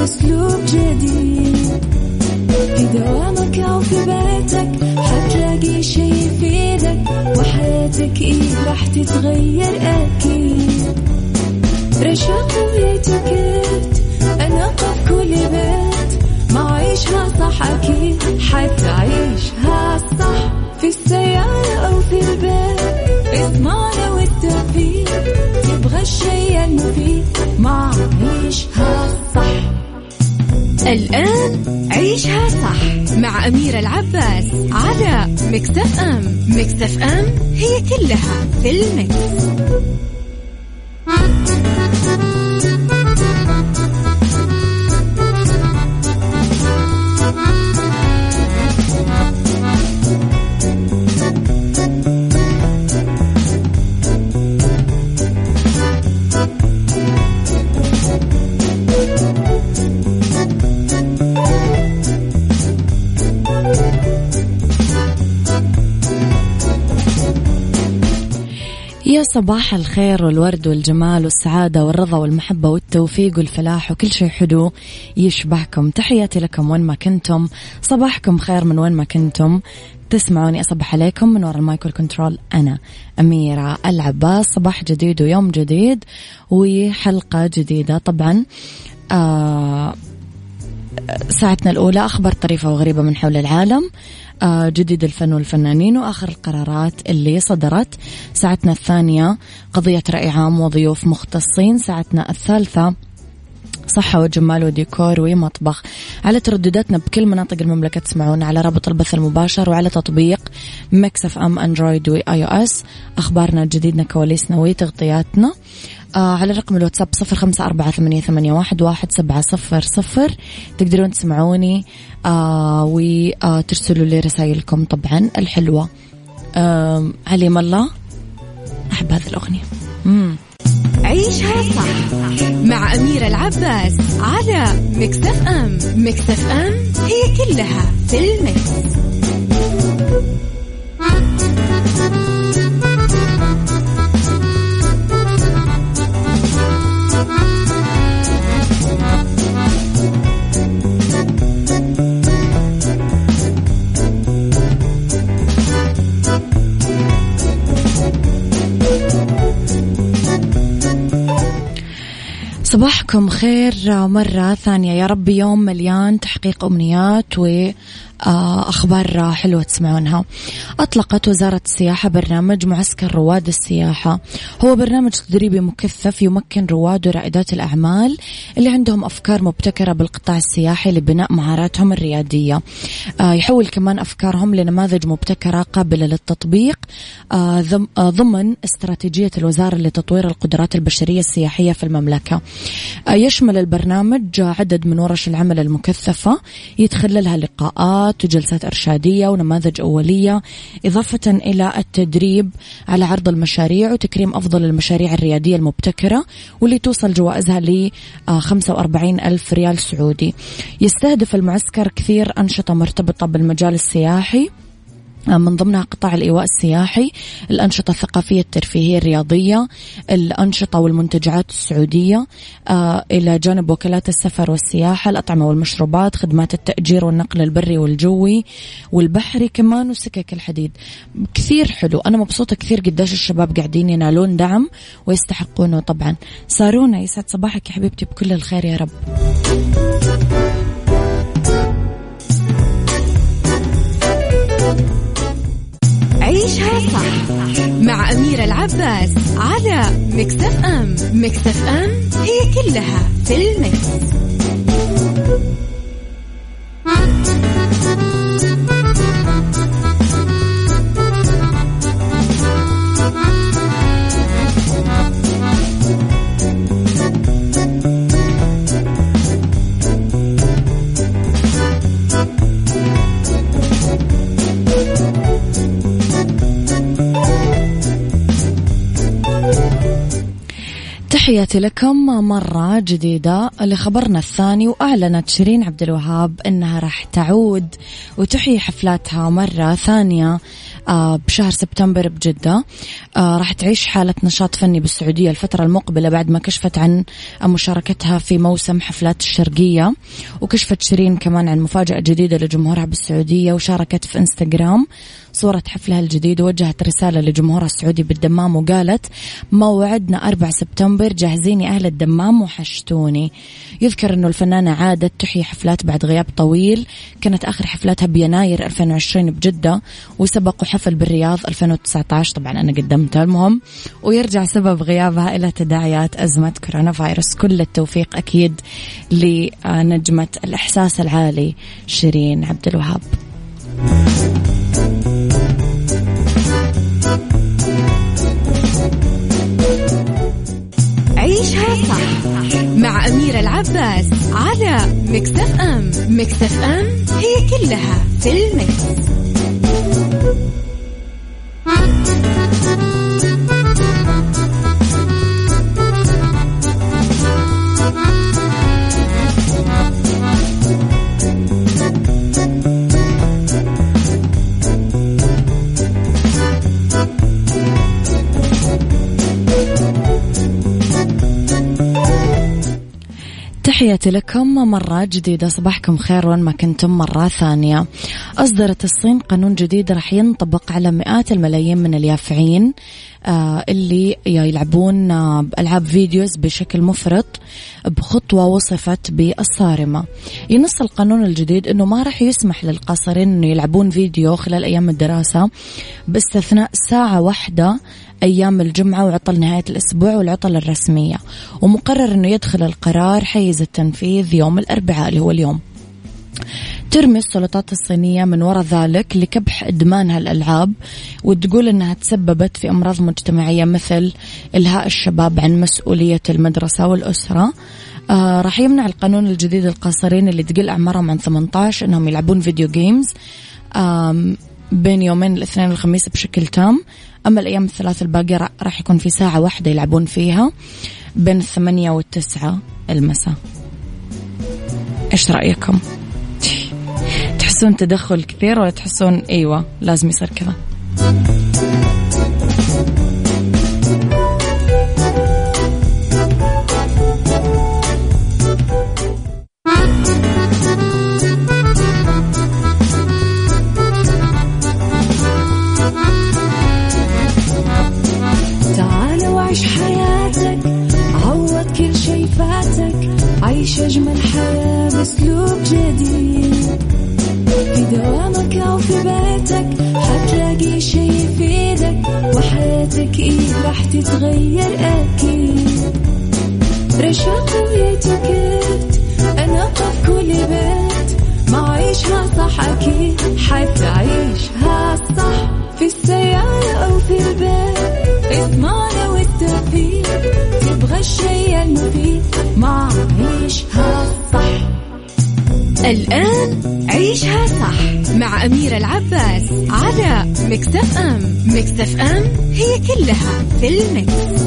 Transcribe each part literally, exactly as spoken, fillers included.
بأسلوب جديد. في دوامك أو في بيتك حتلاقي شي يفيدك، وحياتك إيه راح تتغير أكيد. رشاق ويتوكيت أنا قف كل بيت، ما عيشها صح أكيد حتعيشها صح. في السيارة أو في البيت اسمعنا والتوفيق، تبغى الشيء المفيد ما عيشها صح. الآن عيشها صح مع أميرة العباس على ميكس اف ام. ميكس اف ام هي كلها في الميكس. يا صباح الخير والورد والجمال والسعادة والرضا والمحبة والتوفيق والفلاح وكل شيء حلو يشبهكم. تحياتي لكم وين ما كنتم، صباحكم خير من وين ما كنتم تسمعوني. أصبح عليكم من وراء المايكرو كنترول أنا أميرة العباس. صباح جديد ويوم جديد وحلقة جديدة. طبعا آه ساعتنا الأولى أخبار طريفة وغريبة من حول العالم، جديد الفن والفنانين وآخر القرارات اللي صدرت. ساعتنا الثانية قضية رأي عام وضيوف مختصين. ساعتنا الثالثة صحة وجمال وديكور ومطبخ. على تردداتنا بكل مناطق المملكة تسمعون على رابط البث المباشر وعلى تطبيق ميكس اف ام اندرويد واي او اس. أخبارنا جديدنا كواليسنا وتغطياتنا آه على رقم الواتساب صفر خمسة أربعة ثمانية ثمانية واحد واحد سبعة صفر صفر. تقدرون تسمعوني آه وترسلوا لي رسائلكم طبعا الحلوة. آه عليم الله، أحب هذه الأغنية. مم. عيشها صح مع أميرة العباس على ميكس اف ام. ميكس اف ام هي كلها في الميكس. صباحكم خير مرة ثانية، يا رب يوم مليان تحقيق أمنيات و أخبار حلوة تسمعونها. أطلقت وزارة السياحة برنامج معسكر رواد السياحة. هو برنامج تدريبي مكثف يمكن رواد ورائدات الأعمال اللي عندهم أفكار مبتكرة بالقطاع السياحي لبناء مهاراتهم الريادية. يحول كمان أفكارهم لنماذج مبتكرة قابلة للتطبيق ضمن استراتيجية الوزارة لتطوير القدرات البشرية السياحية في المملكة. يشمل البرنامج عدد من ورش العمل المكثفة يتخللها لقاءات وجلسات إرشادية ونماذج أولية، إضافة إلى التدريب على عرض المشاريع وتكريم أفضل المشاريع الريادية المبتكرة واللي توصل جوائزها ل خمسة وأربعين ألف ريال سعودي. يستهدف المعسكر كثير أنشطة مرتبطة بالمجال السياحي، من ضمنها قطاع الإيواء السياحي، الأنشطة الثقافية الترفيهية الرياضية، الأنشطة والمنتجعات السعودية، آه إلى جانب وكالات السفر والسياحة، الأطعمة والمشروبات، خدمات التأجير والنقل البري والجوي والبحري كمان، وسكك الحديد. كثير حلو، أنا مبسوطة كثير قداش الشباب قاعدين ينالون دعم ويستحقونه طبعا. سارونا، يسعد صباحك يا حبيبتي بكل الخير يا رب. عيشها صح مع أميرة العباس على ميكس اف ام. ميكس اف ام هي كلها في الميكس. تحياتي لكم مرة جديدة لخبرنا الثاني. وأعلنت شيرين عبد الوهاب أنها راح تعود وتحيي حفلاتها مرة ثانية بشهر سبتمبر بجدة. راح تعيش حالة نشاط فني بالسعودية الفترة المقبلة بعد ما كشفت عن مشاركتها في موسم حفلات الشرقية. وكشفت شيرين كمان عن مفاجأة جديدة لجمهورها بالسعودية، وشاركت في انستغرام صورة حفلها الجديد، ووجهت رسالة لجمهورها السعودي بالدمام وقالت: موعدنا أربعة سبتمبر، جاهزين يا أهل الدمام وحشتوني. يذكر أنه الفنانة عادت تحيي حفلات بعد غياب طويل، كانت آخر حفلاتها بيناير ألفين وعشرين بجدة، وسبقوا حفل بالرياض ألفين وتسعة عشر طبعا أنا قدمتها. المهم، ويرجع سبب غيابها إلى تداعيات أزمة كورونا فيروس. كل التوفيق أكيد لنجمة الإحساس العالي شيرين عبد الوهاب. عيشها صح مع أميرة العباس على ميكس اف ام. ميكس اف ام هي كلها في الميكس. تحياتي لكم مرة جديدة، صباحكم خير وين ما كنتم مرة ثانية. أصدرت الصين قانون جديد راح ينطبق على مئات الملايين من اليافعين آه اللي يلعبون آه ألعاب فيديوز بشكل مفرط بخطوة وصفت بالصارمة. ينص القانون الجديد أنه ما راح يسمح للقاصرين أنه يلعبون فيديو خلال أيام الدراسة باستثناء ساعة واحدة أيام الجمعة وعطل نهاية الأسبوع والعطل الرسمية. ومقرر أنه يدخل القرار حيز التنفيذ يوم الأربعاء اللي هو اليوم. ترمي السلطات الصينية من وراء ذلك لكبح إدمانها الألعاب، وتقول أنها تسببت في أمراض مجتمعية مثل إلهاء الشباب عن مسؤولية المدرسة والأسرة. آه راح يمنع القانون الجديد القاصرين اللي تقل أعمارهم عن ثمانية عشر أنهم يلعبون فيديو جيمز بين يومين الاثنين والخميس بشكل تام. أما الأيام الثلاث الباقية راح يكون في ساعة واحدة يلعبون فيها بين الثمانية والتسعة المساء. إيش رأيكم؟ تحسون تدخل كثير ولا تحسون أيوة لازم يصير كذا؟ عيش أجمل حياة بأسلوب جديد، في دوامك أو في بيتك حتلاقي شي يفيدك، وحياتك إيه راح تتغير أكيد. رشاق ويتوكيت أنا قف كل بيت، ما عيشها صح أكيد حتعيشها صح، في السيارة أو في البيت اسمعنا والتوفيق، تبغى الشيء المفيد ما عيشها صح. الآن عيشها صح مع أميرة العباس على ميكس اف ام. ميكس اف ام هي كلها في الميكس.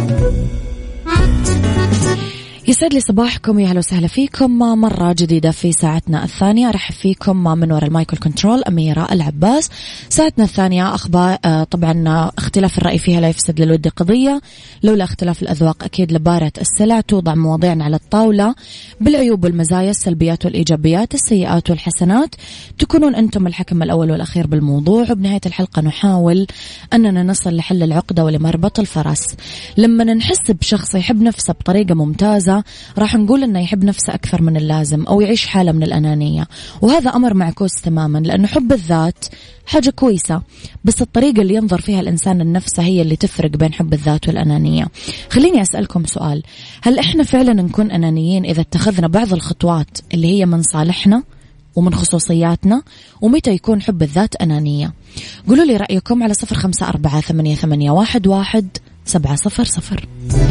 يسعد لي صباحكم، يا هلا وسهلا فيكم مرة جديدة في ساعتنا الثانية. رحب فيكم من وراء المايكل كنترول أميرة العباس. ساعتنا الثانية أخبار طبعا اختلاف الرأي فيها لا يفسد للود قضية، لولا اختلاف الأذواق أكيد لبارة السلع. توضع مواضيعنا على الطاولة بالعيوب والمزايا، السلبيات والإيجابيات، السيئات والحسنات، تكونون أنتم الحكم الأول والأخير بالموضوع. وبنهاية الحلقة نحاول أننا نصل لحل العقدة ولمربط الفرس. لما نحس بشخص يحب نفسه بطريقة ممتازة راح نقول أنه يحب نفسه أكثر من اللازم أو يعيش حالة من الأنانية، وهذا أمر معكوس تماما، لأنه حب الذات حاجة كويسة، بس الطريقة اللي ينظر فيها الإنسان لنفسه هي اللي تفرق بين حب الذات والأنانية. خليني أسألكم سؤال، هل إحنا فعلا نكون أنانيين إذا اتخذنا بعض الخطوات اللي هي من صالحنا ومن خصوصياتنا؟ ومتى يكون حب الذات أنانية؟ قولوا لي رأيكم على صفر خمسة أربعة ثمانية ثمانية واحد واحد سبعة صفر صفر.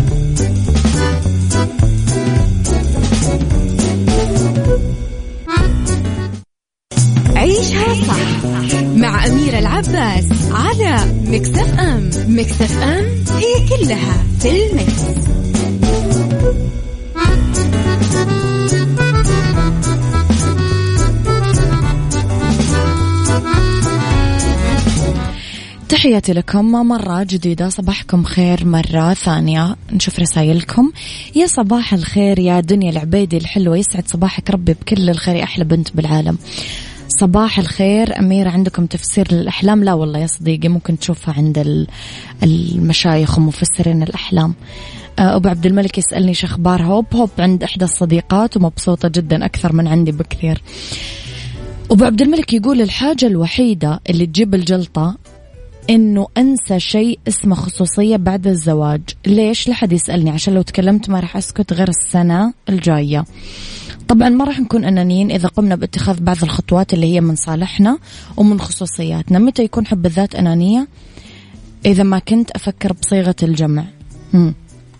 عيشها صح مع أميرة العباس على ميكس اف ام. ميكس اف ام هي كلها في الميكس. تحياتي لكم مرة جديدة، صباحكم خير مرة ثانية. نشوف رسائلكم. يا صباح الخير يا دنيا العبيدي الحلوة، يسعد صباحك ربي بكل الخير، أحلى بنت بالعالم. صباح الخير أميرة، عندكم تفسير للأحلام؟ لا والله يا صديقي، ممكن تشوفها عند المشايخ ومفسرين الأحلام. أبو عبد الملك يسألني شخبار هوب هوب عند إحدى الصديقات ومبسوطة جدا أكثر من عندي بكثير. أبو عبد الملك يقول الحاجة الوحيدة اللي تجيب الجلطة إنه أنسى شيء اسمه خصوصية بعد الزواج. ليش؟ لحد يسألني، عشان لو تكلمت ما راح أسكت غير السنة الجاية. طبعا ما راح نكون أنانيين إذا قمنا باتخاذ بعض الخطوات اللي هي من صالحنا ومن خصوصياتنا. متى يكون حب الذات أنانية؟ إذا ما كنت أفكر بصيغة الجمع. مم.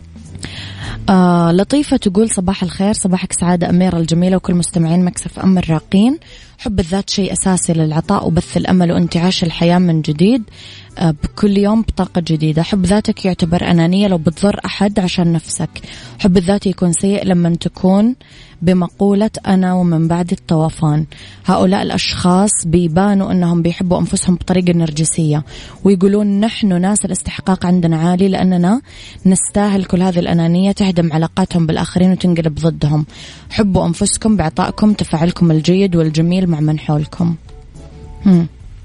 آه لطيفة تقول صباح الخير، صباحك سعادة أميرة الجميلة وكل مستمعين مكسف أم الراقين. حب الذات شيء أساسي للعطاء وبث الأمل وانتعاش الحياة من جديد آه بكل يوم بطاقة جديدة. حب ذاتك يعتبر أنانية لو بتضر أحد عشان نفسك. حب الذات يكون سيء لما تكون بمقولة أنا ومن بعد الطوفان. هؤلاء الأشخاص بيبانوا أنهم بيحبوا أنفسهم بطريقة نرجسية ويقولون نحن ناس الاستحقاق عندنا عالي لأننا نستاهل كل هذه الأنانية تهدم علاقاتهم بالآخرين وتنقلب ضدهم. حبوا أنفسكم بعطائكم تفاعلكم الجيد والجميل مع من حولكم. هم.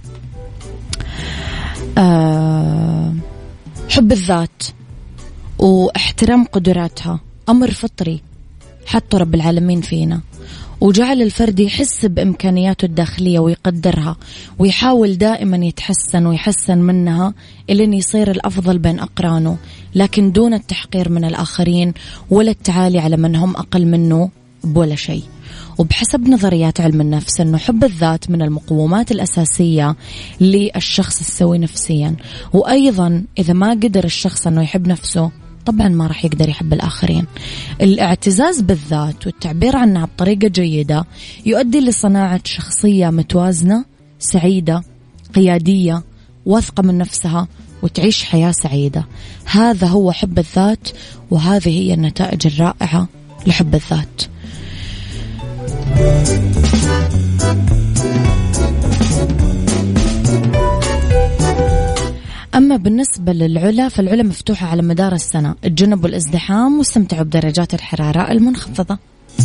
أه حب الذات واحترام قدراتها أمر فطري حطه رب العالمين فينا، وجعل الفرد يحس بإمكانياته الداخلية ويقدرها ويحاول دائما يتحسن ويحسن منها إلين يصير الأفضل بين أقرانه، لكن دون التحقير من الآخرين ولا التعالي على من هم أقل منه بولا شيء. وبحسب نظريات علم النفس أنه حب الذات من المقومات الأساسية للشخص السوي نفسيا. وأيضا إذا ما قدر الشخص أنه يحب نفسه طبعا ما راح يقدر يحب الآخرين. الاعتزاز بالذات والتعبير عنها بطريقة جيدة يؤدي لصناعة شخصية متوازنة سعيدة قيادية واثقة من نفسها وتعيش حياة سعيدة. هذا هو حب الذات، وهذه هي النتائج الرائعة لحب الذات. أما بالنسبة للعلا فالعلا مفتوحة على مدار السنة، تجنبوا الازدحام واستمتعوا بدرجات الحرارة المنخفضة.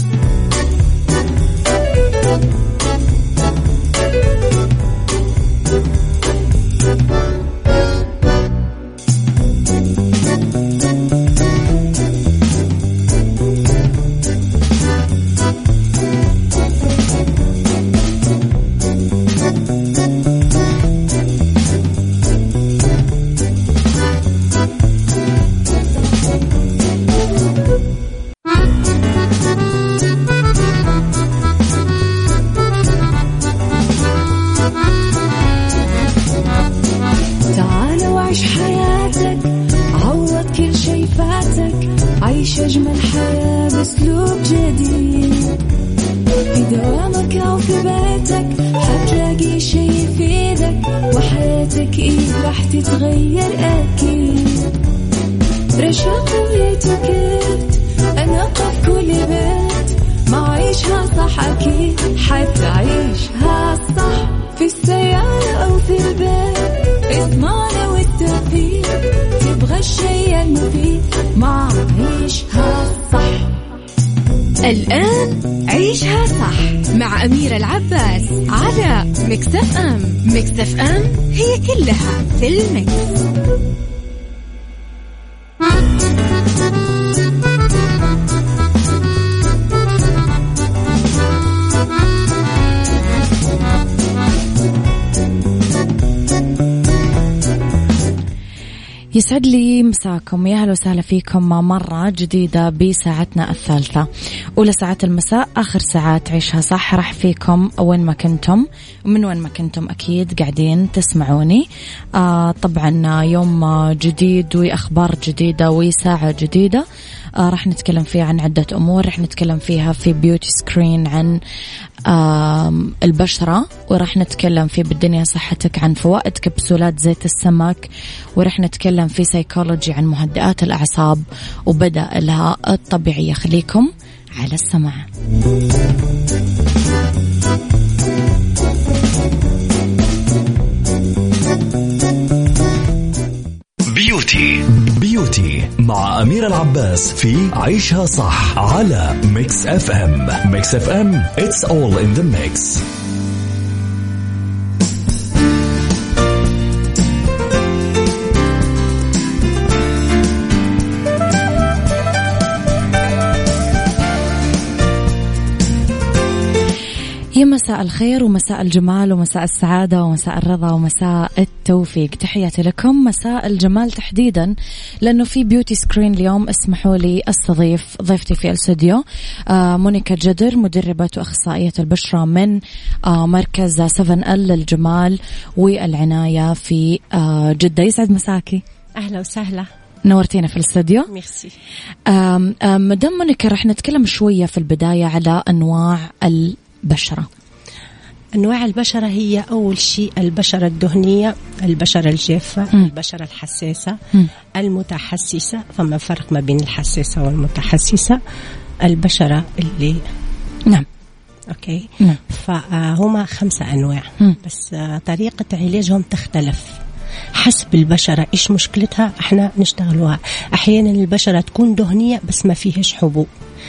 تتغير أكيد رشاق ويتوكيت أنا قف كل بيت ما عيشها صح أكيد حتعيشها صح في السيارة أو في البيت اسمعنا والتوفيق تبغى الشيء المفيد ما عيشها صح. الآن عيشها صح مع أميرة العباس على ميكس اف ام. ميكس اف ام هي كلها في الميكس. يسعد لي مساكم، يا هلا وسهلا فيكم مرة جديدة بساعتنا الثالثة، أولى ساعات المساء، آخر ساعات عيشها صح. راح فيكم وين ما كنتم ومن وين ما كنتم أكيد قاعدين تسمعوني. آه طبعا يوم جديد وأخبار جديدة وساعة جديدة. آه راح نتكلم فيها عن عدة أمور. راح نتكلم فيها في بيوتي سكرين عن آه البشرة، وراح نتكلم في بالدنيا صحتك عن فوائد كبسولات زيت السمك، وراح نتكلم في سيكولوجي عن مهدئات الأعصاب وبدائلها الطبيعية. خليكم على السماع. بيوتي بيوتي مع أميرة العباس في عيشها صح على ميكس اف ام. ميكس اف ام it's all in the mix. يا مساء الخير ومساء الجمال ومساء السعادة ومساء الرضا ومساء التوفيق. تحياتي لكم مساء الجمال تحديدا، لأنه في بيوتي سكرين اليوم اسمحوا لي استضيف ضيفتي في الاستوديو آه مونيكا جدر، مدربة وأخصائية البشرة من آه مركز سفن ال للجمال والعناية في آه جدة. يسعد مساكي. أهلا وسهلا، نورتينا في الاستوديو. ميرسي. مدام مونيكا، رح نتكلم شوية في البداية على أنواع البشرة. أنواع البشرة هي أول شيء البشرة الدهنية، البشرة الجافة، م. البشرة الحساسة، م. المتحسسة. فما فرق ما بين الحساسة والمتحسسة. البشرة اللي نعم أوكي نعم. فهما خمسة أنواع، م. بس طريقة علاجهم تختلف حسب البشرة إيش مشكلتها احنا نشتغلوها. أحيانا البشرة تكون دهنية بس ما فيهش حبوب،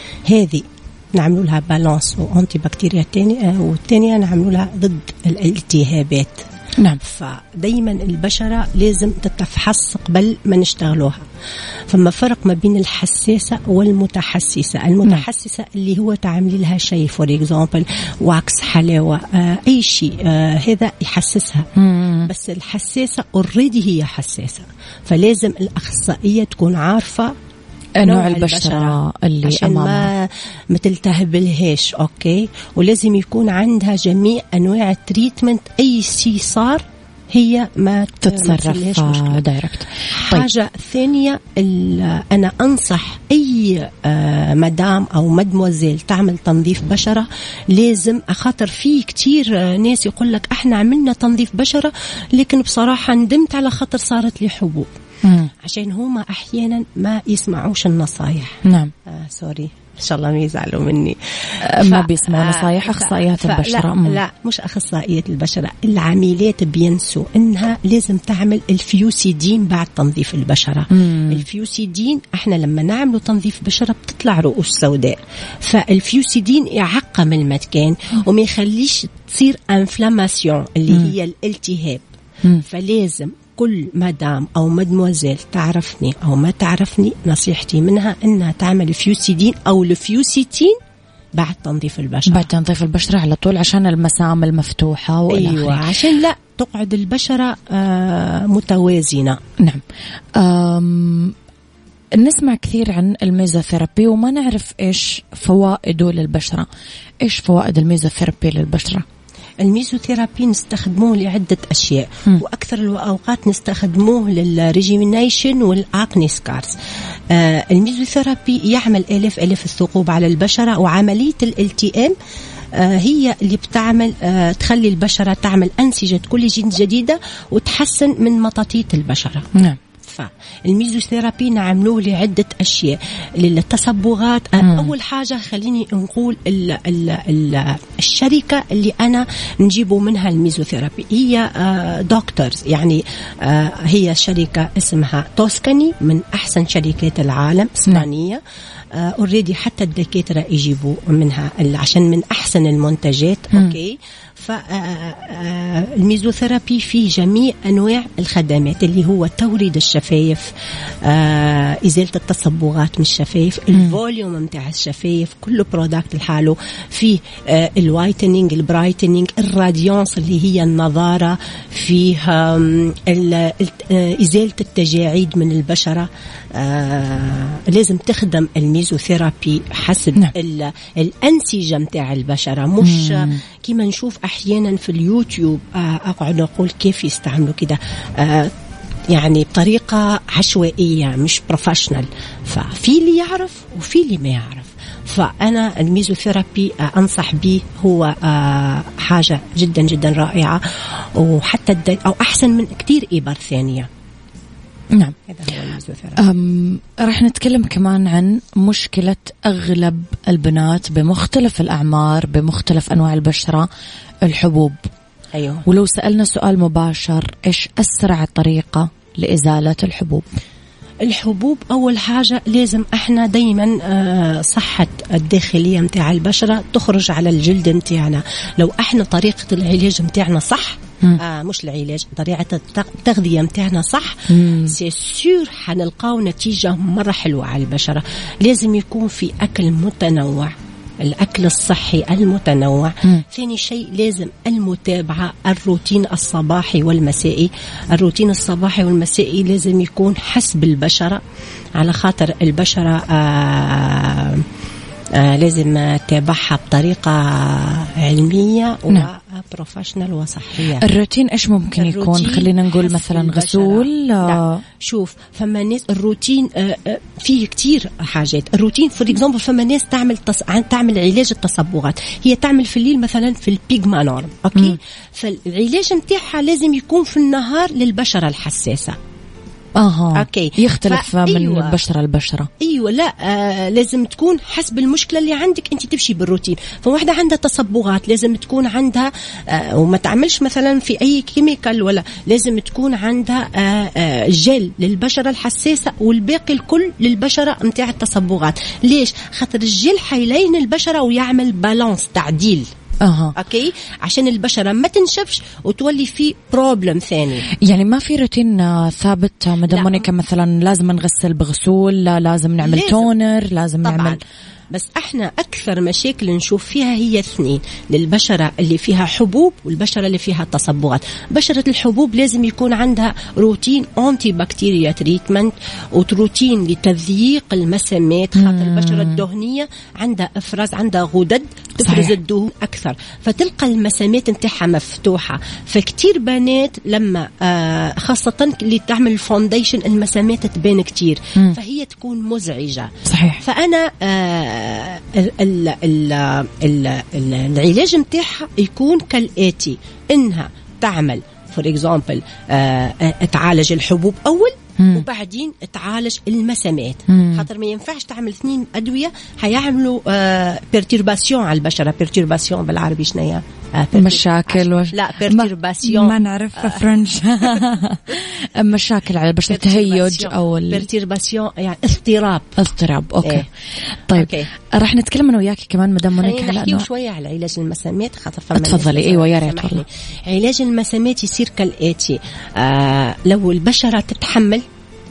هذه نعملوا لها بالانس وأنتي بكتيريا التانية، والتانية نعملوا لها ضد الالتهابات. نعم. فدايما البشرة لازم تتفحص قبل ما نشتغلوها. فما فرق ما بين الحساسة والمتحسسة. المتحسسة اللي هو تعملي لها شيء فور اكزامبل واكس، حلاوة، آه أي شيء آه هذا يحسسها. مم. بس الحساسة اوريدي هي حساسة، فلازم الأخصائية تكون عارفة نوع البشرة, البشرة اللي عشان أمامها ما متلتهب لهاش. أوكي. ولازم يكون عندها جميع أنواع التريتمنت، أي شيء صار هي ما تتصرف دايركت. حاجة طيب. ثانية، أنا أنصح أي مدام أو مدموزيل تعمل تنظيف بشرة لازم أخاطر فيه. كتير ناس يقول لك إحنا عملنا تنظيف بشرة لكن بصراحة ندمت على خاطر صارت لي حبوب. مم. عشان هما أحيانا ما يسمعوش النصايح. نعم. آه سوري إن شاء الله ما يزعلوا مني. آه ما بيسمعوا نصايح أخصائيات البشرة. لا, لا مش أخصائية البشرة، العميلات بينسوا إنها لازم تعمل الفيوسيدين بعد تنظيف البشرة. مم. الفيوسيدين إحنا لما نعملوا تنظيف بشرة بتطلع رؤوس سوداء، فالفيوسيدين يعقم المكان وما يخليش تصير انفلاماسيون اللي مم. هي الالتهاب. مم. فلازم كل مدام أو مدموزيل تعرفني أو ما تعرفني، نصيحتي منها أنها تعمل الفيوسيدين أو الفيوسيتين بعد تنظيف البشرة. بعد تنظيف البشرة على طول عشان المسام المفتوحة وإلى آخره. أيوة، عشان لا تقعد البشرة آه متوازنة. نعم. أم نسمع كثير عن الميزوثيرابي وما نعرف إيش فوائده للبشرة. إيش فوائد الميزوثيرابي للبشرة؟ الميزوثيرابي نستخدموه لعدة أشياء، م. وأكثر الأوقات نستخدموه للريجيمينيشن والأكني سكارز. آه الميزوثيرابي يعمل آلاف آلاف الثقوب على البشرة، وعملية الالتئام آه هي اللي بتعمل آه تخلي البشرة تعمل أنسجة كولاجين جديدة وتحسن من مطاطية البشرة. نعم. الميزوثيرابي نعملوه لعدة أشياء. للتصبغات مم. أول حاجة خليني نقول ال ال ال الشركة اللي أنا نجيبه منها الميزوثيرابي هي دكتورز، يعني آه هي شركة اسمها توسكاني، من أحسن شركات العالم، إسبانية. اوريدي حتى الدكاترة يجيبوا منها عشان من أحسن المنتجات. مم. أوكي. فالميزوثيرابي فيه جميع أنواع الخدمات اللي هو توريد الشفايف، إزالة التصبغات من الشفايف، الفوليوم متاع الشفايف، كل برودكت لحاله. فيه الوايتنينج، البرايتنينج، الراديانس اللي هي النضارة، فيه إزالة التجاعيد من البشرة. لازم تخدم الميزوثيرابي حسب نعم. الأنسجة متاع البشرة، مش مم. كما نشوف أحيانا في اليوتيوب أقعد أقول كيف يستعملوا كده يعني بطريقة عشوائية مش بروفيشنال. ففي اللي يعرف وفي اللي ما يعرف. فأنا الميزوثيرابي أنصح به، هو حاجة جدا جدا رائعة، وحتى أو أحسن من كتير إبر ثانية. نعم. أم راح نتكلم كمان عن مشكلة أغلب البنات بمختلف الأعمار بمختلف أنواع البشرة، الحبوب. أيوه. ولو سألنا سؤال مباشر، إيش أسرع طريقة لإزالة الحبوب؟ الحبوب أول حاجة لازم احنا دايما صحة الداخلية متاع البشرة تخرج على الجلد متاعنا. لو احنا طريقة العلاج متاعنا صح، آه مش العلاج، طريقة التغذية متاعنا صح، سي سور حنلقاو نتيجة مرة حلوة على البشرة. لازم يكون في أكل متنوع، الأكل الصحي المتنوع. م. ثاني شيء لازم المتابعة، الروتين الصباحي والمسائي. الروتين الصباحي والمسائي لازم يكون حسب البشرة، على خاطر البشرة آه آه لازم تتابعها بطريقة علمية وبروفيشنال وصحية. الروتين إيش ممكن يكون؟ خلينا نقول مثلا غسول. لا. شوف، فما ناس الروتين آه فيه كتير حاجات. الروتين فور إكزامبل فما ناس تعمل تص... تعمل علاج التصبغات، هي تعمل في الليل مثلا في البيغمانورم، أوكي. م. فالعلاج متاعها لازم يكون في النهار للبشرة الحساسة. اها اوكي، يختلف من أيوة. البشره للبشره. ايوه لا آه لازم تكون حسب المشكله اللي عندك انت تمشي بالروتين. فواحده عندها تصبغات لازم تكون عندها آه وما تعملش مثلا في اي كيميكال، ولا لازم تكون عندها آه آه جل للبشره الحساسه، والباقي الكل للبشره متاع التصبغات. ليش؟ خاطر الجل حيلين البشره ويعمل بالانس، تعديل. أها. أوكي، عشان البشرة ما تنشفش وتولي في بروبلم ثاني. يعني ما في روتين ثابت مدام مونيكا، مثلا لازم نغسل بغسول، لا لازم نعمل لازم. تونر، لازم طبعاً. نعمل. بس احنا اكثر مشاكل نشوف فيها هي اثنين، للبشرة اللي فيها حبوب والبشرة اللي فيها تصبغات. بشرة الحبوب لازم يكون عندها روتين أنتي بكتيريا تريتمنت، وروتين لتضييق المسامات، خاطر البشرة الدهنية عندها افراز، عندها غدد تفرز الدهون اكثر، فتلقى المسامات نتاعها مفتوحة. فكتير بنات لما آه خاصة اللي تعمل فونديشن المسامات تبان كتير، مم. فهي تكون مزعجة. صحيح. فأنا آه ال ال ال ال العلاج متاعها يكون كالآتي: إنها تعمل فور إكزامبل تعالج الحبوب أول، مم. وبعدين تعالج المسامات. مم. خاطر ما ينفعش تعمل اثنين أدوية هيعملوا آه بيرتيرباسيون على البشرة. بيرتيرباسيون بالعربي شنية؟ آه مشاكل وش... لا بيرتيرباسيون ما نعرف آه. فرنش. مشاكل على البشرة، تهيج أو ال... بيرتيرباسيون يعني اضطراب. اضطراب أوكي. إيه. طيب أوكي. راح نتكلم أنا وياك كمان مدام مونيكا على نحكي شوية على علاج المسامات، خاطر فما تفضلي. أيوة يا ريت والله. علاج المسامات يصير كالآتي: آه لو البشرة تتحمل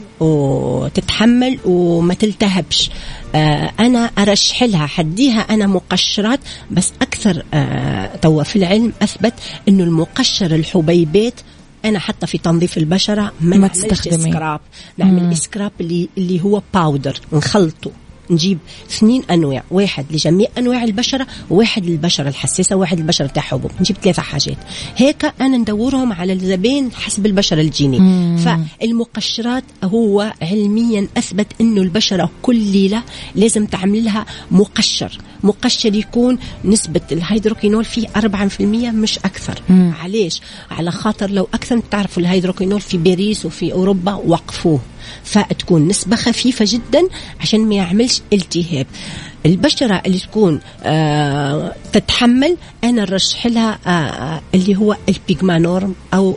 وتتحمل وما تلتهبش، آه أنا أرشح لها، حديها أنا مقشرات بس أكثر. آه توا في العلم أثبت إنه المقشر الحبيبات أنا حتى في تنظيف البشرة ما, ما نعملش إسكراب، نعمل مم. إسكراب اللي اللي هو باودر نخلطه. نجيب اثنين أنواع، واحد لجميع أنواع البشرة، وواحد للبشرة الحساسة، وواحد للبشرة تاع حبوب. نجيب ثلاثة حاجات هيك، أنا ندورهم على الزبائن حسب البشرة الجيني. مم. فالمقشرات هو علميا أثبت إنه البشرة كل ليلة لازم تعمل لها مقشر. مقشر يكون نسبة الهيدروكينول فيه أربعة في المية مش أكثر. مم. علاش؟ على خاطر لو أكثر تعرفوا الهيدروكينول في باريس وفي أوروبا وقفوه، فتكون نسبة خفيفة جدا عشان ما يعملش التهاب. البشرة اللي تكون آه تتحمل أنا نرشح لها آه اللي هو البيغمانورم أو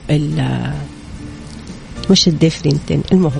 مش الديفرينتين، المهم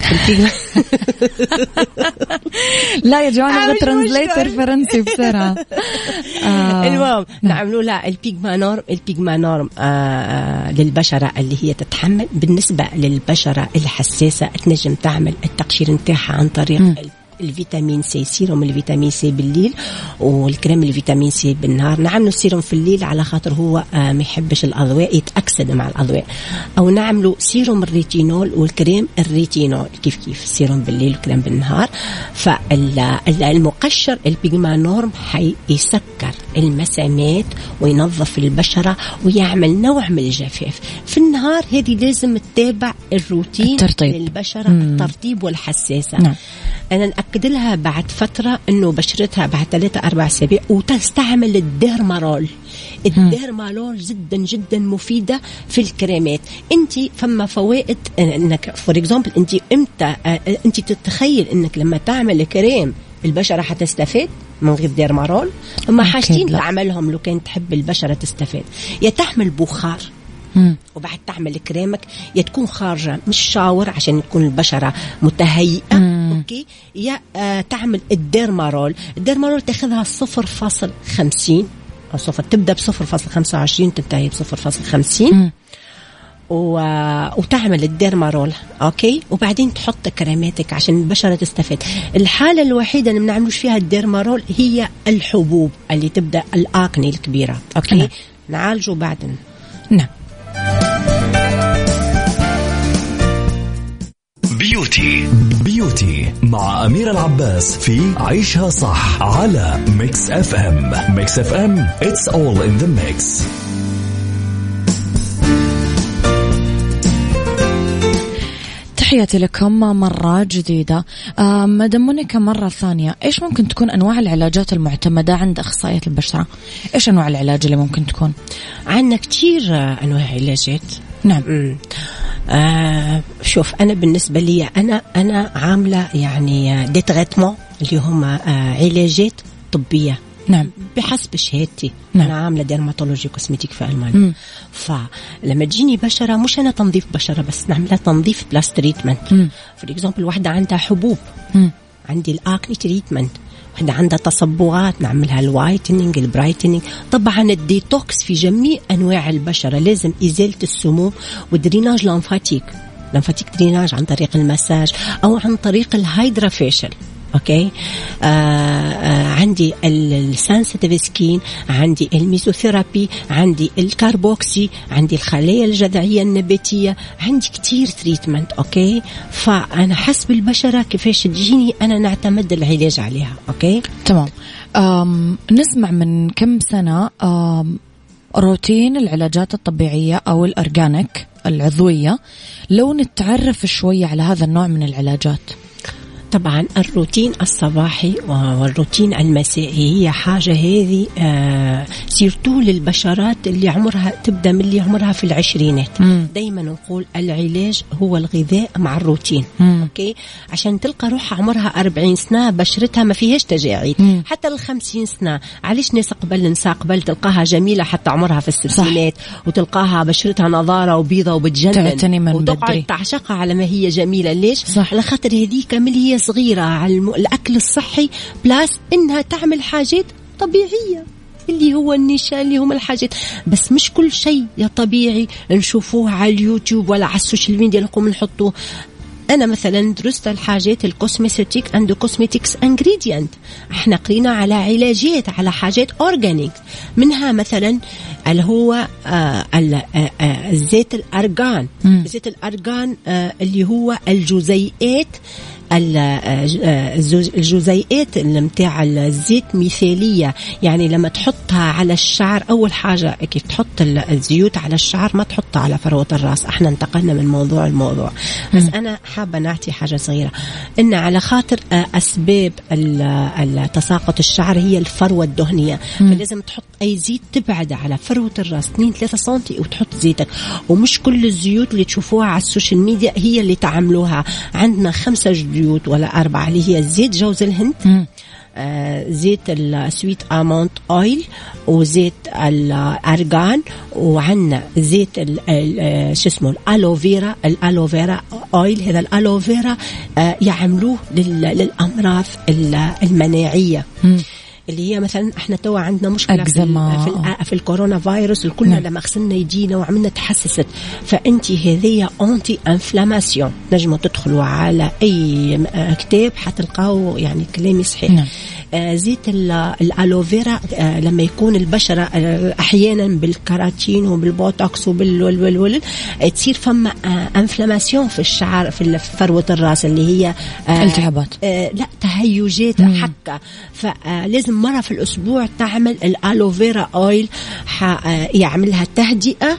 لا يا جماعة نبغى ترانزليتر فرنسي بسرعة. آه. المهم نعملوا لها البيغمانورم. البيغمانورم آه للبشرة اللي هي تتحمل. بالنسبة للبشرة الحساسة تنجم تعمل التقشير نتاعها عن طريق م. الفيتامين سي، سيروم الفيتامين سي بالليل والكريم الفيتامين سي بالنهار. نعمله السيروم في الليل على خاطر هو ما يحبش الأضواء، يتأكسد مع الأضواء، أو نعمله سيروم الريتينول والكريم الريتينول كيف كيف، السيروم بالليل والكريم بالنهار. فالمقشر البيجمانورم حيسكر المسامات وينظف البشرة ويعمل نوع من الجفاف في النهار. هذه لازم تتابع الروتين الترطيب. للبشرة، الترطيب والحساسة. نعم. أنا نأكد لها بعد فترة إنه بشرتها بعد ثلاثة أربع أسابيع وتستعمل الديرمارول. الديرمارول جدا جدا مفيدة في الكريمات. أنت فما فوائد إنك فور إكزامبل أنت إمتى أنت تتخيل إنك لما تعمل كريم البشرة حتستفيد من غير ديرمارول؟ هما حاجتين تعملهم لو كانت تحب البشرة تستفيد، يا تحمل بخار مم. وبعد تعمل كريمك، يا تكون خارجة مش شاور عشان تكون البشرة متهيئة مم. أوكي، يا آه تعمل الديرمارول. الديرمارول تاخذها صفر فاصل خمسين أو صفر، تبدأ بصفر فاصل خمسة وعشرين تنتهي بصفر فاصل خمسين و... وتعمل الديرمارول أوكي، وبعدين تحط كريماتك عشان البشرة تستفيد. الحالة الوحيدة اللي بنعملوش فيها الديرمارول هي الحبوب اللي تبدأ الأكني الكبيرة أوكي نعم. نعالجه بعدين. نعم. بيوتي بيوتي مع أميرة العباس في عيشها صح على ميكس اف ام. ميكس اف ام it's all in the mix. تحياتي لكم مرة جديدة. آه مدام مونيكا، مرة ثانية، إيش ممكن تكون أنواع العلاجات المعتمدة عند أخصائية البشرة؟ إيش أنواع العلاج اللي ممكن تكون؟ عندنا كتير أنواع علاجات. نعم. آه شوف، أنا بالنسبة لي أنا أنا عاملة يعني دي تريتمون اللي هم آه علاجات طبية. نعم. بحسب شهادتي. نعم. أنا عاملة ديرماتولوجي كوسميتيك في ألمانيا. فلما تجيني بشرة مش أنا تنظيف بشرة بس، نعملها تنظيف بلاس تريتمنت. فور إكزامبل واحدة عندها حبوب مم. عندي الأكني تريتمنت، واحدة عندها تصبغات نعملها الوايتنينج البرايتنينج. طبعا الديتوكس في جميع أنواع البشرة، لازم إزالة السموم والدريناج لانفاتيك، لانفاتيك دريناج عن طريق المساج أو عن طريق الهيدرافيشل. اوكي آه آه عندي السنسيتيف سكين، عندي الميزوثيرابي، عندي الكاربوكسي، عندي الخلايا الجذعيه النباتيه، عندي كتير تريتمنت. اوكي فانا حسب البشره كيفاش تجيني انا نعتمد العلاج عليها. اوكي تمام. نسمع من كم سنه روتين العلاجات الطبيعيه او الأورجانيك العضويه، لو نتعرف شويه على هذا النوع من العلاجات. طبعا الروتين الصباحي والروتين المسائي هي حاجة هذه آه سيرتو للبشرات اللي عمرها تبدأ من اللي عمرها في العشرينات. مم. دايما نقول العلاج هو الغذاء مع الروتين. مم. أوكي عشان تلقى روحها عمرها أربعين سنة بشرتها ما فيهاش تجاعيد. مم. حتى الخمسين سنة علاش ناس قبل نساء قبل تلقاها جميلة حتى عمرها في الستينات، وتلقاها بشرتها نظارة وبيضة وبتجنن وتقعد تعشقها على ما هي جميلة. ليش؟ صح. على خاطر هذيك من هي صغيرة على الأكل الصحي بلاس إنها تعمل حاجات طبيعية اللي هو النشا اللي هم الحاجات، بس مش كل شيء يا طبيعي نشوفوه على اليوتيوب ولا على السوشيال ميديا نقوم نحطوه. أنا مثلا درست الحاجات الكوسميتيك أند كوسميتكس انجريدينت، احنا قرينا على علاجات على حاجات أورجانيك، منها مثلا اللي هو آه آه آه زيت الأرغان. م. زيت الأرغان آه اللي هو الجزيئات الجزيئات متاع الزيت مثالية، يعني لما تحطها على الشعر أول حاجة كيف تحط الزيوت على الشعر ما تحطها على فروة الرأس. احنا انتقلنا من موضوع الموضوع بس أنا حابة نعطي حاجة صغيرة، إن على خاطر أسباب تساقط الشعر هي الفروة الدهنية، فلازم تحط أي زيت تبعد على فروة الرأس اثنين ثلاثة سنتي وتحط زيتك، ومش كل الزيوت اللي تشوفوها على السوشيال ميديا هي اللي تعملوها. عندنا خمسة زيوت ولا أربعة اللي هي زيت جوز الهند، آه زيت السويت آمونت أويل، وزيت الأرغان، وعندنا زيت شو اسمه الألوفيرا الألوفيرا أويل. هذا الألوفيرا آه يعملوه للأمراض المناعية. اللي هي مثلا احنا توا عندنا مشكله في, في, في الكورونا فيروس كلنا لما غسلنا يدينا وعملنا تحسست، فانت هذه انتي انفلاماسيون. نجموا تدخلوا على اي كتاب حتلقاو يعني كلامي صحيح. نعم. آه زيت الالوفيرا آه لما يكون البشره آه احيانا بالكراتين وبالبوتوكس وبال تصير فما آه انفلاماسيون في الشعر في فروه الراس اللي هي آه التهابات آه لا تهيجات حكه. فلازم مره في الاسبوع تعمل الالوفيرا اويل يعملها تهدئه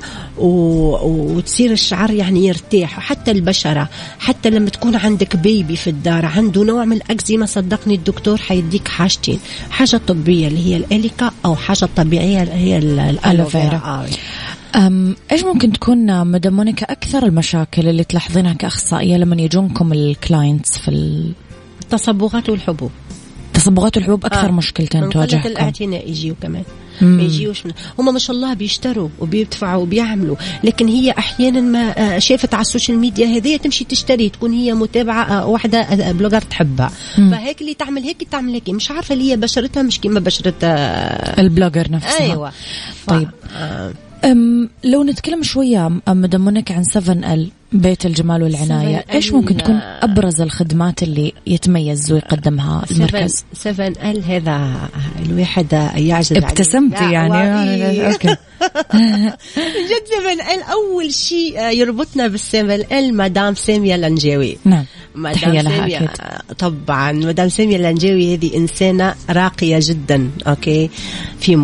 وتصير الشعر يعني يرتاح. وحتى البشره حتى لما تكون عندك بيبي في الدار عنده نوع من الاكزيما صدقني الدكتور حيديك حاجتين، حاجه طبيه اللي هي الاليكا او حاجه طبيعيه اللي هي الالوفيرا. أم إيش ممكن تكون مدام مونيكا أكثر المشاكل اللي تلاحظينها كأخصائية لما يجونكم الكلاينتس في التصبغات والحبوب؟ تصبغات والحبوب أكثر آه. مشكلتين تواجهكم. الاعتناء يجيوا كمان ما يجيوش، هم ما شاء الله بيشتروا وبيدفعوا وبيعملوا، لكن هي أحيانا ما شافت على السوشيال ميديا هذه تمشي تشتري، تكون هي متابعة واحدة بلوجر تحبها مم. فهيك اللي تعمل هيك تعمل هيك، مش عارفة اللي هي بشرتها مش كما بشرة البلوجر نفسها. أيوة. طيب آه. أم لو نتكلم شوية مدام مونيكا عن سفن ال بيت الجمال والعناية، إيش ممكن تكون أبرز الخدمات اللي يتميز ويقدمها المركز؟ سفن ال هذا الواحد يعجز. ابتسمتي يعني أوكي. جد سفن ال أول شيء يربطنا بالسفن ال مدام سامية لنجاوي. نعم. تحية لها أكيد. طبعا مدام سامية لنجاوي هذه إنسانة راقية جدا أوكي في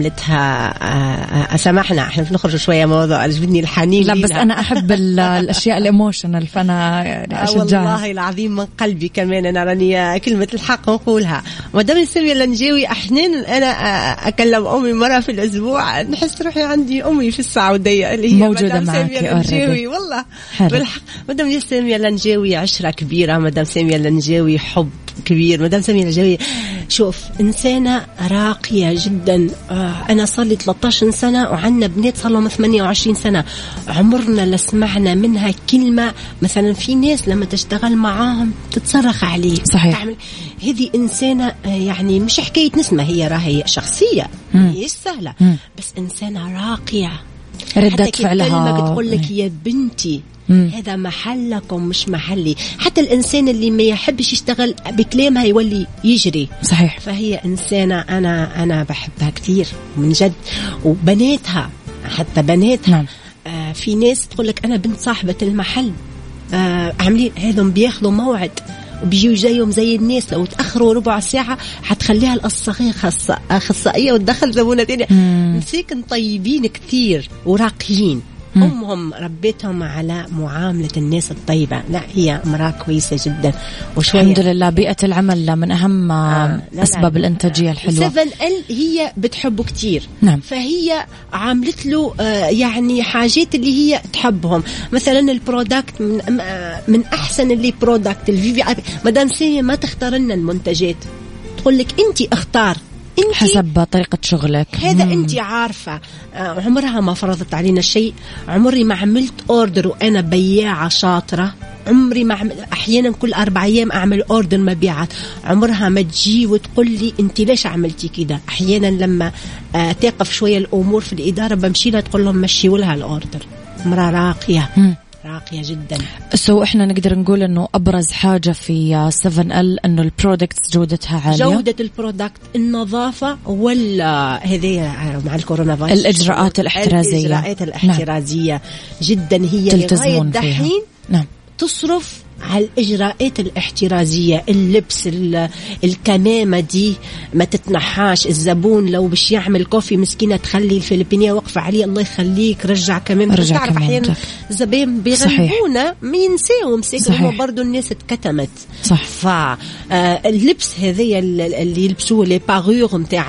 معاملتها. أسمحنا إحنا نخرج شوية موضوع عجبني الحنين. لا بس أنا أحب الأشياء الإيموشنال فأنا يعني أشجعها. والله العظيم من قلبي كمان أنا راني كلمة الحق نقولها. مدام سامية لنجاوي أحيانا أنا أكلم أمي مرة في الأسبوع نحس روحي عندي أمي في السعودية اللي هي موجودة معك. والله بالحق مدام سامية لنجاوي عشرة كبيرة، مدام سامية لنجاوي حب كبير. مدام سامية لنجاوي شوف إنسانة راقية جدا. آه أنا صار لي ثلاثة عشر سنة وعندنا بنات صار لهم ثمانية وعشرين سنة عمرنا لسمعنا منها كلمة. مثلا في ناس لما تشتغل معاهم تتصرخ عليه. صحيح. تعمل هذه إنسانة آه يعني مش حكاية نسمة، هي راهي شخصية هي سهلة مم. بس إنسانة راقية. ردة فعلها كلمة بتقول لك يا بنتي مم. هذا محلكم مش محلي. حتى الإنسان اللي ما يحبش يشتغل بكلامها يولي يجري. صحيح. فهي إنسانة أنا أنا بحبها كتير من جد. وبناتها حتى بناتها نعم. آه في ناس تقول لك أنا بنت صاحبة المحل آه عاملين هذم بياخذوا موعد وبيجوا زيهم زي الناس. لو تأخروا ربع ساعة حتخليها الأصغية أخصائية وتدخل زبونة تانية. مساكن طيبين كتير وراقيين. أمهم ربيتهم على معاملة الناس الطيبة. لا هي امرأة كويسة جدا وشوية. الحمد لله بيئة العمل من أهم آه أسباب الإنتاجية الحلوة. سفن ال هي بتحبه كتير نعم. فهي عاملت له آه يعني حاجات اللي هي تحبهم. مثلا البرودكت من, آه من أحسن اللي برودكت الفي في مدام سامية ما تختار لنا المنتجات، تقول لك أنت اختار انتي حسب طريقة شغلك. هذا انتي عارفة. آه عمرها ما فرضت علينا شيء. عمري ما عملت اوردر وانا بياعة شاطرة. عمري ما عمل احيانا كل اربع ايام اعمل اوردر مبيعات. عمرها ما تجي وتقول لي انتي ليش عملتي كده. احيانا لما آه تقف شوية الامور في الادارة بمشي لها تقول لهم مشيوا لها الاوردر. مرة راقية مم. راقية جدا. سو احنا نقدر نقول انه ابرز حاجة في سفن ال انه البرودكتس جودتها عالية. جودة البرودكت، النظافة، ولا هذه مع الكورونا فيروس الاجراءات الاحترازية. الاجراءات الاحترازية نعم. جدا هي لغاية دحين نعم تصرف على الإجراءات الاحترازية. اللبس الكمامة دي ما تتنحاش. الزبون لو بش يعمل كوفي مسكينة تخلي الفلبينية وقفة عليه الله يخليك رجع كمامة. تعرف أحيانا زبين بيغلبونا ما ينسيهم مسكين برضو الناس اتكتمت. صح. فاللبس هذي اللي يلبسوه لي باغور متاع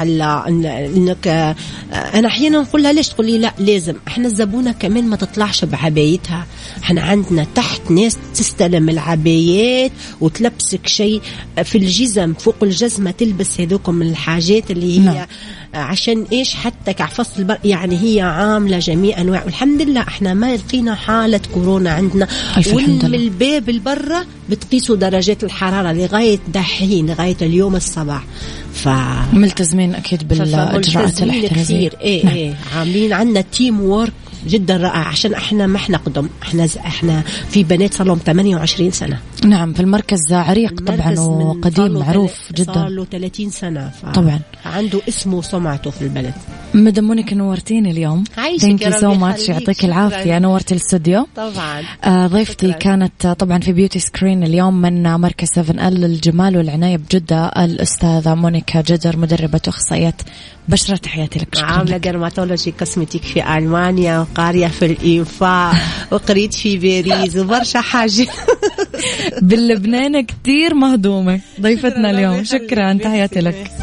انك انا احيانا نقول لها ليش، تقول لي لا لازم. احنا الزبونة كمان ما تطلعش بعبايتها. احنا عندنا تحت ناس تستلم العبايات وتلبسك شيء في الجزم فوق الجزمة، تلبس هذوكم من الحاجات اللي هي نعم. عشان إيش حتى كعفص البر، يعني هي عاملة جميع أنواع. والحمد لله إحنا ما لقينا حالة كورونا عندنا، ومن الباب البرة بتقيسوا درجات الحرارة لغاية دحين لغاية اليوم الصباح. ف ملتزمين أكيد بالإجراءات الاحترازية. إيه نعم. إيه عاملين عندنا تيم وورك جدا رائع، عشان احنا ما احنا قدم، احنا احنا في بنات صار لهم ثمانية وعشرين سنة. نعم في المركز عريق طبعا وقديم معروف جدا، صار له ثلاثين سنة طبعا، عنده اسمه وسمعته في البلد. مدام مونيكا نورتيني اليوم، ثانك يو سو ماتش، يعطيك العافية، نورت الاستوديو طبعا. آه ضيفتي شكرا. كانت طبعا في بيوتي سكرين اليوم من مركز سفن ال للجمال والعناية بجدة الأستاذة مونيكا جدر، مدربة أخصائية بشرة. تحياتي لك. عاملة درماتولوجي كوسمتيك في ألمانيا، وقارية في الإنفاق، وقريت في باريس، وبرشا حاجة. باللبنان كتير مهضومة ضيفتنا اليوم. شكرا، تحياتي لك.